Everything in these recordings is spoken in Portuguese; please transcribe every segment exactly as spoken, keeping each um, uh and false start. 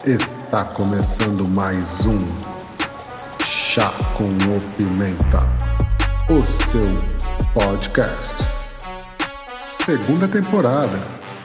Está começando mais um Chá com o Pimenta, o seu podcast. Segunda temporada.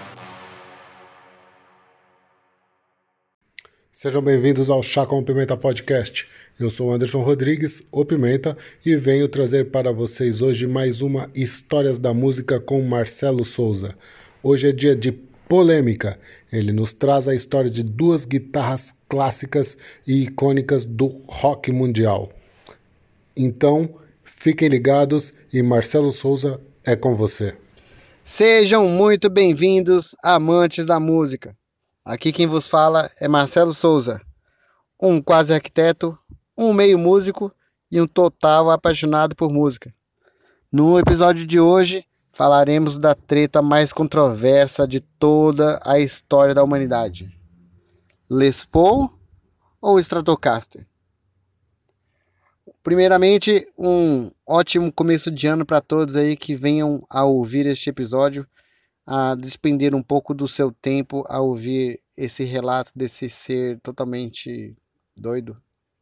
Sejam bem-vindos ao Chá com o Pimenta Podcast. Eu sou Anderson Rodrigues, o Pimenta, e venho trazer para vocês hoje mais uma Histórias da Música com Marcelo Souza. Hoje é dia de polêmica. Ele nos traz a história de duas guitarras clássicas e icônicas do rock mundial. Então, fiquem ligados e Marcelo Souza é com você. Sejam muito bem-vindos, amantes da música. Aqui quem vos fala é Marcelo Souza, um quase arquiteto, um meio músico e um total apaixonado por música. No episódio de hoje, falaremos da treta mais controversa de toda a história da humanidade. Les Paul ou Stratocaster? Primeiramente, um ótimo começo de ano para todos aí que venham a ouvir este episódio, a despender um pouco do seu tempo a ouvir esse relato desse ser totalmente doido.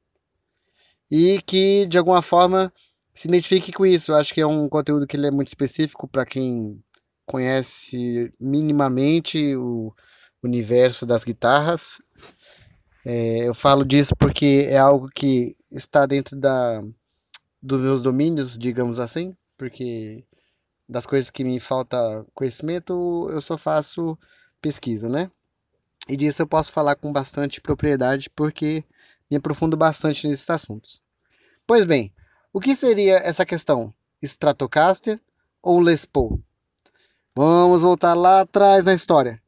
E que, de alguma forma, se identifique com isso. Eu acho que é um conteúdo que ele é muito específico para quem conhece minimamente o universo das guitarras. É, eu falo disso porque é algo que está dentro da, dos meus domínios, digamos assim, porque das coisas que me falta conhecimento, eu só faço pesquisa, né? E disso eu posso falar com bastante propriedade porque me aprofundo bastante nesses assuntos. Pois bem, o que seria essa questão? Stratocaster ou Les Paul? Vamos voltar lá atrás na história.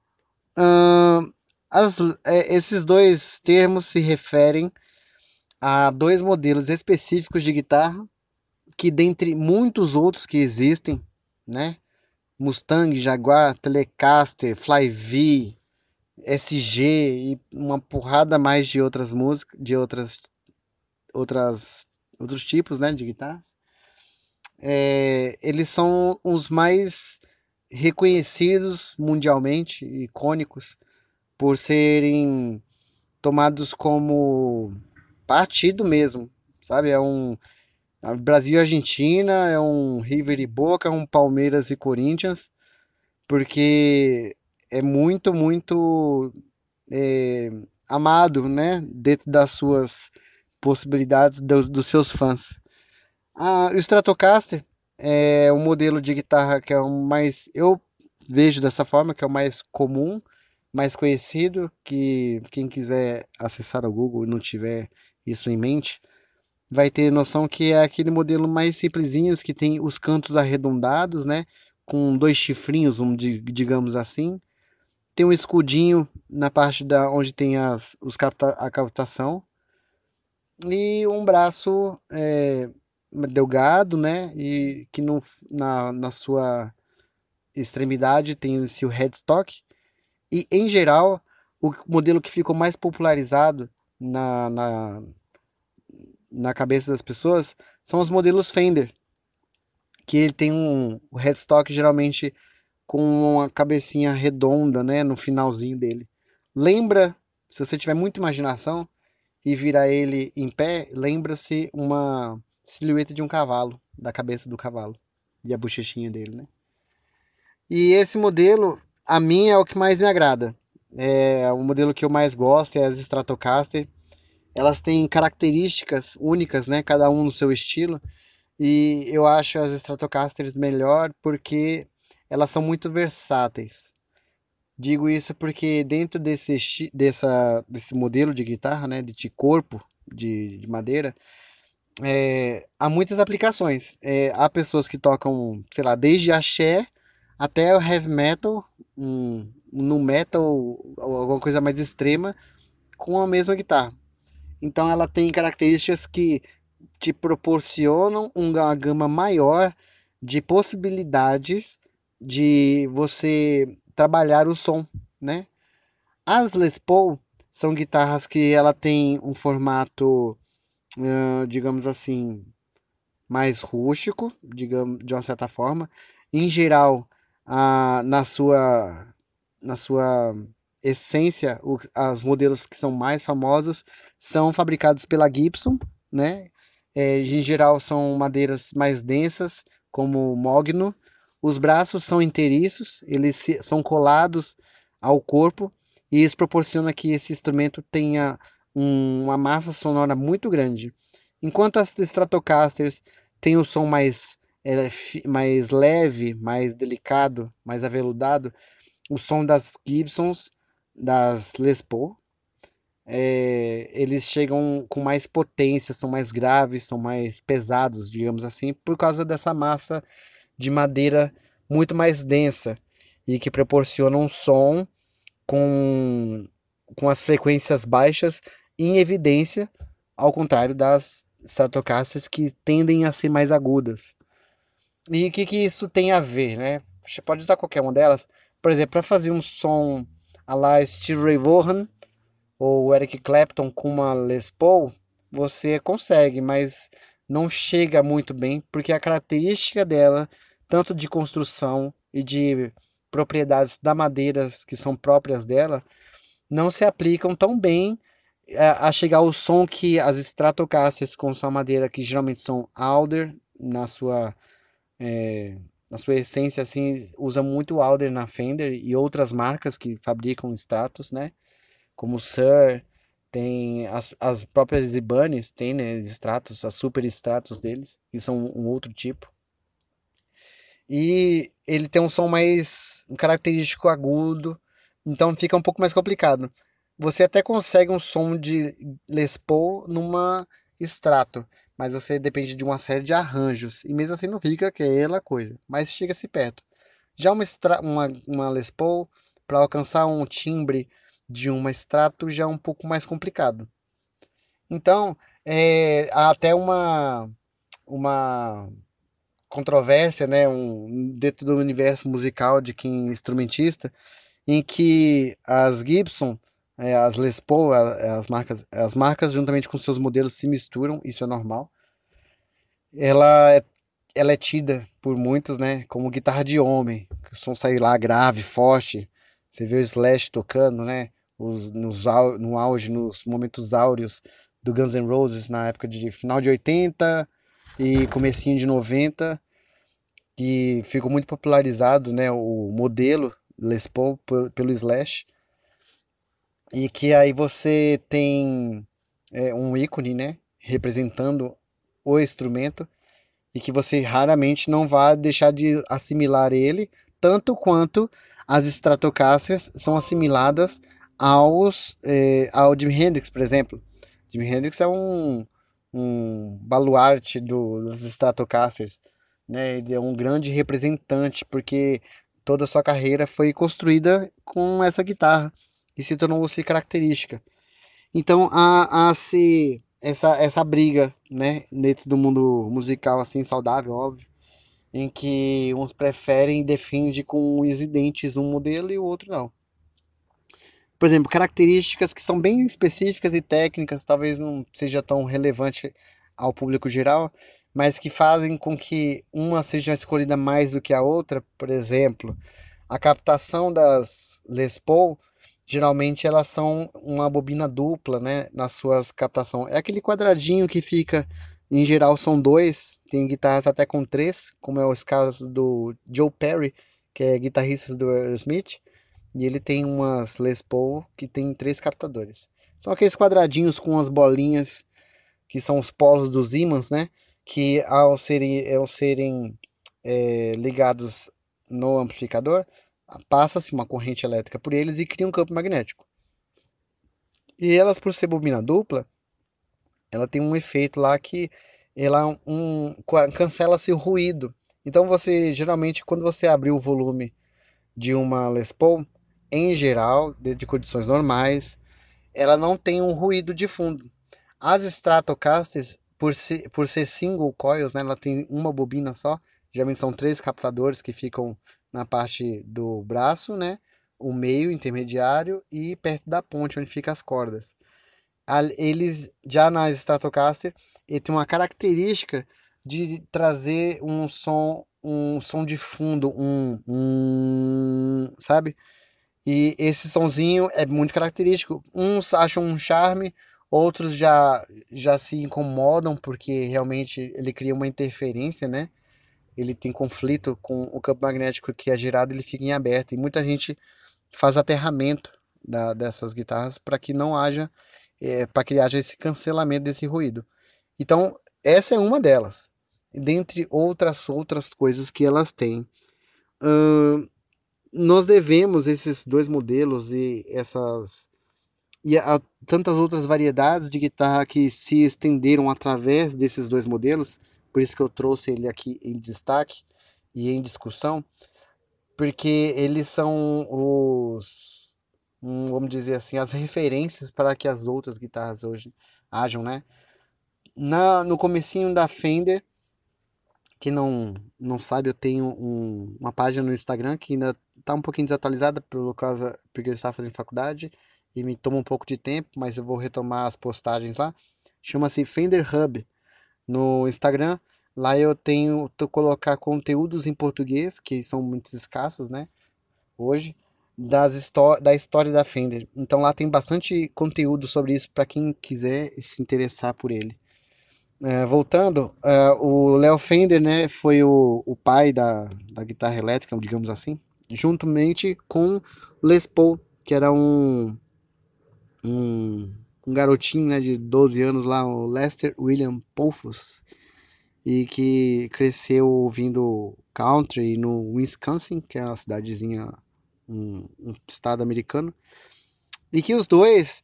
Hum, as, é, esses dois termos se referem a dois modelos específicos de guitarra que, dentre muitos outros que existem, né? Mustang, Jaguar, Telecaster, Fly-V, S G e uma porrada mais de outras músicas, de outras, outras, outros tipos, né, de guitarras. É, eles são os mais reconhecidos mundialmente, icônicos, por serem tomados como partido mesmo, sabe? É um Brasil e Argentina, é um River e Boca, é um Palmeiras e Corinthians, porque é muito, muito é, amado, né? Dentro das suas possibilidades, dos, dos seus fãs. Ah, o Stratocaster é um modelo de guitarra que é o mais, eu vejo dessa forma, que é o mais comum, mais conhecido, que quem quiser acessar o Google e não tiver isso em mente, vai ter noção que é aquele modelo mais simplesinhos, que tem os cantos arredondados, né? Com dois chifrinhos, um, digamos assim. Tem um escudinho na parte da onde tem as, os capta, a captação. E um braço é, delgado, né? E que no, na, na sua extremidade tem o seu headstock. E, em geral, o modelo que ficou mais popularizado na, na, na cabeça das pessoas são os modelos Fender, que ele tem um o headstock geralmente com uma cabecinha redonda, né, no finalzinho dele. Lembra, se você tiver muita imaginação e virar ele em pé, lembra-se uma silhueta de um cavalo, da cabeça do cavalo e a bochechinha dele, né? E esse modelo, a mim, é o que mais me agrada. É o modelo que eu mais gosto, é as Stratocaster. Elas têm características únicas, né? Cada um no seu estilo. E eu acho as Stratocasters melhor porque elas são muito versáteis. Digo isso porque dentro desse, dessa, desse modelo de guitarra, né? De corpo, de, de madeira, é, há muitas aplicações. É, há pessoas que tocam, sei lá, desde axé até o heavy metal, um, no metal ou alguma coisa mais extrema com a mesma guitarra. Então ela tem características que te proporcionam uma gama maior de possibilidades de você trabalhar o som, né? As Les Paul são guitarras que ela tem um formato, uh, digamos assim, mais rústico, digamos, de uma certa forma. Em geral, uh, na sua, na sua essência, o, os modelos que são mais famosos são fabricados pela Gibson, né? É, em geral são madeiras mais densas, como o mogno. Os braços são inteiriços, eles se, são colados ao corpo e isso proporciona que esse instrumento tenha um, uma massa sonora muito grande. Enquanto as Stratocasters têm o som mais, é, mais leve, mais delicado, mais aveludado, o som das Gibsons, das Les Paul, é, eles chegam com mais potência, são mais graves, são mais pesados, digamos assim, por causa dessa massa de madeira muito mais densa e que proporciona um som com, com as frequências baixas em evidência, ao contrário das Stratocasters que tendem a ser mais agudas. E o que, que isso tem a ver, né? Você pode usar qualquer uma delas, por exemplo, para fazer um som a la Steve Ray Vaughan ou Eric Clapton com uma Les Paul, você consegue, mas não chega muito bem, porque a característica dela, tanto de construção e de propriedades da madeira que são próprias dela, não se aplicam tão bem a, a chegar ao som que as Stratocasters com sua madeira, que geralmente são alder, na sua, é, na sua essência, assim, usa muito alder na Fender e outras marcas que fabricam Stratos, né? Como o Sir, tem as, as próprias Ibanez, tem, né, extratos, as super extratos deles, que são um outro tipo. E ele tem um som mais um característico agudo, então fica um pouco mais complicado. Você até consegue um som de Les Paul numa extrato, mas você depende de uma série de arranjos, e mesmo assim não fica aquela coisa, mas chega-se perto. Já uma, extra, uma, uma Les Paul, para alcançar um timbre de uma extrato já é um pouco mais complicado. Então, é, há até uma, uma controvérsia, né, um, dentro do universo musical de quem é instrumentista, em que as Gibson, é, as Les Paul, as marcas, as marcas juntamente com seus modelos se misturam, isso é normal. Ela é, ela é tida por muitos, né, como guitarra de homem, que o som sai lá grave, forte. Você vê o Slash tocando, né, os, nos, no auge, nos momentos áureos do Guns N' Roses na época de final de oitenta e comecinho de noventa, que ficou muito popularizado, né, o modelo Les Paul pelo Slash, e que aí você tem é, um ícone, né, representando o instrumento e que você raramente não vai deixar de assimilar ele, tanto quanto as Stratocasters são assimiladas aos é, ao Jimi Hendrix, por exemplo. Jimi Hendrix é um, um baluarte do, dos Stratocasters, né? Ele é um grande representante porque toda a sua carreira foi construída com essa guitarra e se tornou-se característica. Então há, há se essa, essa briga, né, dentro do mundo musical assim saudável, óbvio, em que uns preferem e defendem com unhas e dentes um modelo e o outro não. Por exemplo, características que são bem específicas e técnicas, talvez não seja tão relevante ao público geral, mas que fazem com que uma seja escolhida mais do que a outra. Por exemplo, a captação das Les Paul, geralmente elas são uma bobina dupla, né, nas suas captações. É aquele quadradinho que fica, em geral são dois, tem guitarras até com três, como é o caso do Joe Perry, que é guitarrista do Aerosmith, e ele tem umas Les Paul que tem três captadores. São aqueles quadradinhos com as bolinhas, que são os polos dos ímãs, né, que ao serem, ao serem é, ligados no amplificador, passa-se uma corrente elétrica por eles e cria um campo magnético. E elas, por ser bobina dupla, ela tem um efeito lá que ela um, cancela-se o ruído. Então você, geralmente, quando você abrir o volume de uma Les Paul, em geral, dentro de condições normais, ela não tem um ruído de fundo. As Stratocasters, por ser, por ser single coils, né, ela tem uma bobina só, geralmente são três captadores que ficam na parte do braço, né, o meio intermediário e perto da ponte onde ficam as cordas. Eles já na Stratocaster, ele tem uma característica de trazer um som, um som de fundo, um, um, sabe? E esse sonzinho é muito característico. Uns acham um charme, outros já, já se incomodam porque realmente ele cria uma interferência, né? Ele tem conflito com o campo magnético que é gerado, ele fica em aberto. E muita gente faz aterramento da, dessas guitarras para que não haja, é, para que haja esse cancelamento desse ruído. Então, essa é uma delas, dentre outras outras coisas que elas têm. Hum, nós devemos esses dois modelos e essas e a tantas outras variedades de guitarra que se estenderam através desses dois modelos, por isso que eu trouxe ele aqui em destaque e em discussão, porque eles são os, um, vamos dizer assim, as referências para que as outras guitarras hoje hajam, né? Na, no comecinho da Fender, quem não, não sabe, eu tenho um- uma página no Instagram que ainda está um pouquinho desatualizada por causa, porque eu estava fazendo faculdade e me toma um pouco de tempo, mas eu vou retomar as postagens lá. Chama-se Fender Hub no Instagram. Lá eu tenho to colocar conteúdos em português, que são muito escassos, né, hoje, das histó da história da Fender. Então lá tem bastante conteúdo sobre isso para quem quiser se interessar por ele. É, voltando, é, o Léo Fender, né, foi o, o pai da, da guitarra elétrica, digamos assim, juntamente com Les Paul, que era um, um, um garotinho, né, de doze anos lá, o Lester William Poulfus, e que cresceu ouvindo country no Wisconsin, que é uma cidadezinha, um, um estado americano, e que os dois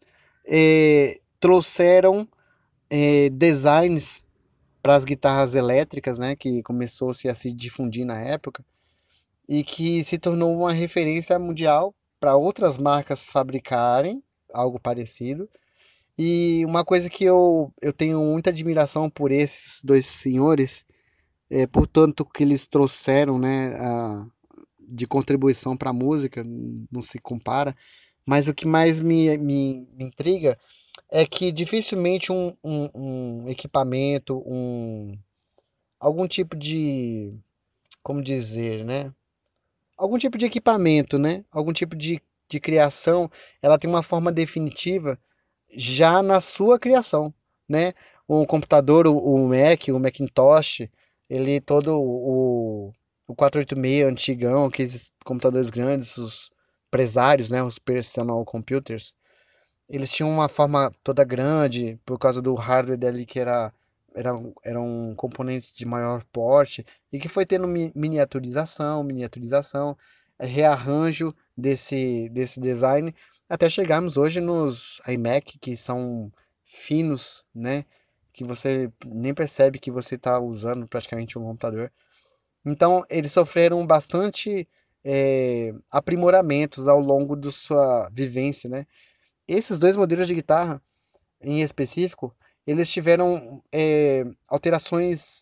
é, trouxeram é, designs para as guitarras elétricas, né, que começou-se a se difundir na época e que se tornou uma referência mundial para outras marcas fabricarem algo parecido. E uma coisa que eu, eu tenho muita admiração por esses dois senhores, é, por tanto que eles trouxeram, né, a, de contribuição para a música, não se compara, mas o que mais me, me, me intriga é que dificilmente um, um, um equipamento, um, algum tipo de, como dizer, né? Algum tipo de equipamento, né? Algum tipo de, de criação, ela tem uma forma definitiva já na sua criação, né? O computador, o, o Mac, o Macintosh, ele todo o, o quatrocentos e oitenta e seis antigão, aqueles computadores grandes, os presários, né? Os personal computers, eles tinham uma forma toda grande por causa do hardware dele que era eram, eram componentes de maior porte e que foi tendo mi- miniaturização, miniaturização, eh, rearranjo desse, desse design até chegarmos hoje nos iMac que são finos, né? Que você nem percebe que você está usando praticamente um computador. Então, eles sofreram bastante eh, aprimoramentos ao longo da sua vivência, né? Esses dois modelos de guitarra, em específico, eles tiveram é, alterações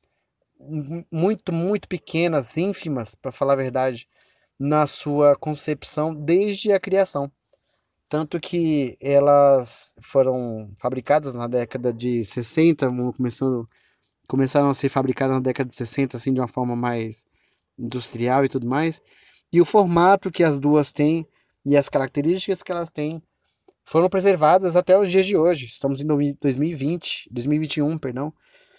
muito, muito pequenas, ínfimas, para falar a verdade, na sua concepção desde a criação. Tanto que elas foram fabricadas na década de sessenta, começando, começaram a ser fabricadas na década de sessenta, assim, de uma forma mais industrial e tudo mais. E o formato que as duas têm e as características que elas têm foram preservadas até os dias de hoje. Estamos em dois mil e vinte, dois mil e vinte e um, perdão.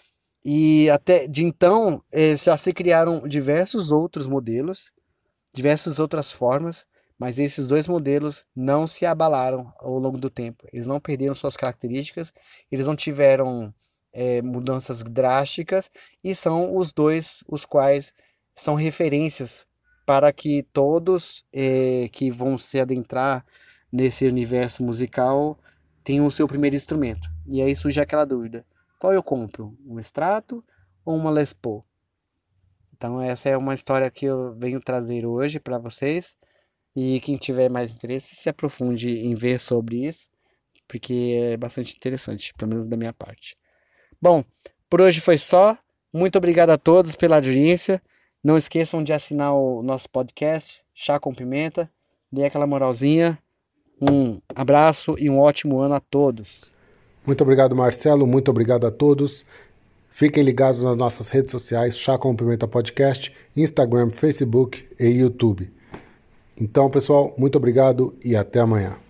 E até de então eh, já se criaram diversos outros modelos, diversas outras formas, mas esses dois modelos não se abalaram ao longo do tempo. Eles não perderam suas características, eles não tiveram eh, mudanças drásticas e são os dois os quais são referências para que todos eh, que vão se adentrar nesse universo musical tenham o seu primeiro instrumento. E aí surge aquela dúvida: qual eu compro? Um Strato ou uma Les Paul? Então essa é uma história que eu venho trazer hoje para vocês. E quem tiver mais interesse, se aprofunde em ver sobre isso, porque é bastante interessante, pelo menos da minha parte. Bom, por hoje foi só. Muito obrigado a todos pela audiência. Não esqueçam de assinar o nosso podcast, Chá com Pimenta. Dê aquela moralzinha. Um abraço e um ótimo ano a todos. Muito obrigado, Marcelo. Muito obrigado a todos. Fiquem ligados nas nossas redes sociais, Chá com Pimenta Podcast, Instagram, Facebook e YouTube. Então, pessoal, muito obrigado e até amanhã.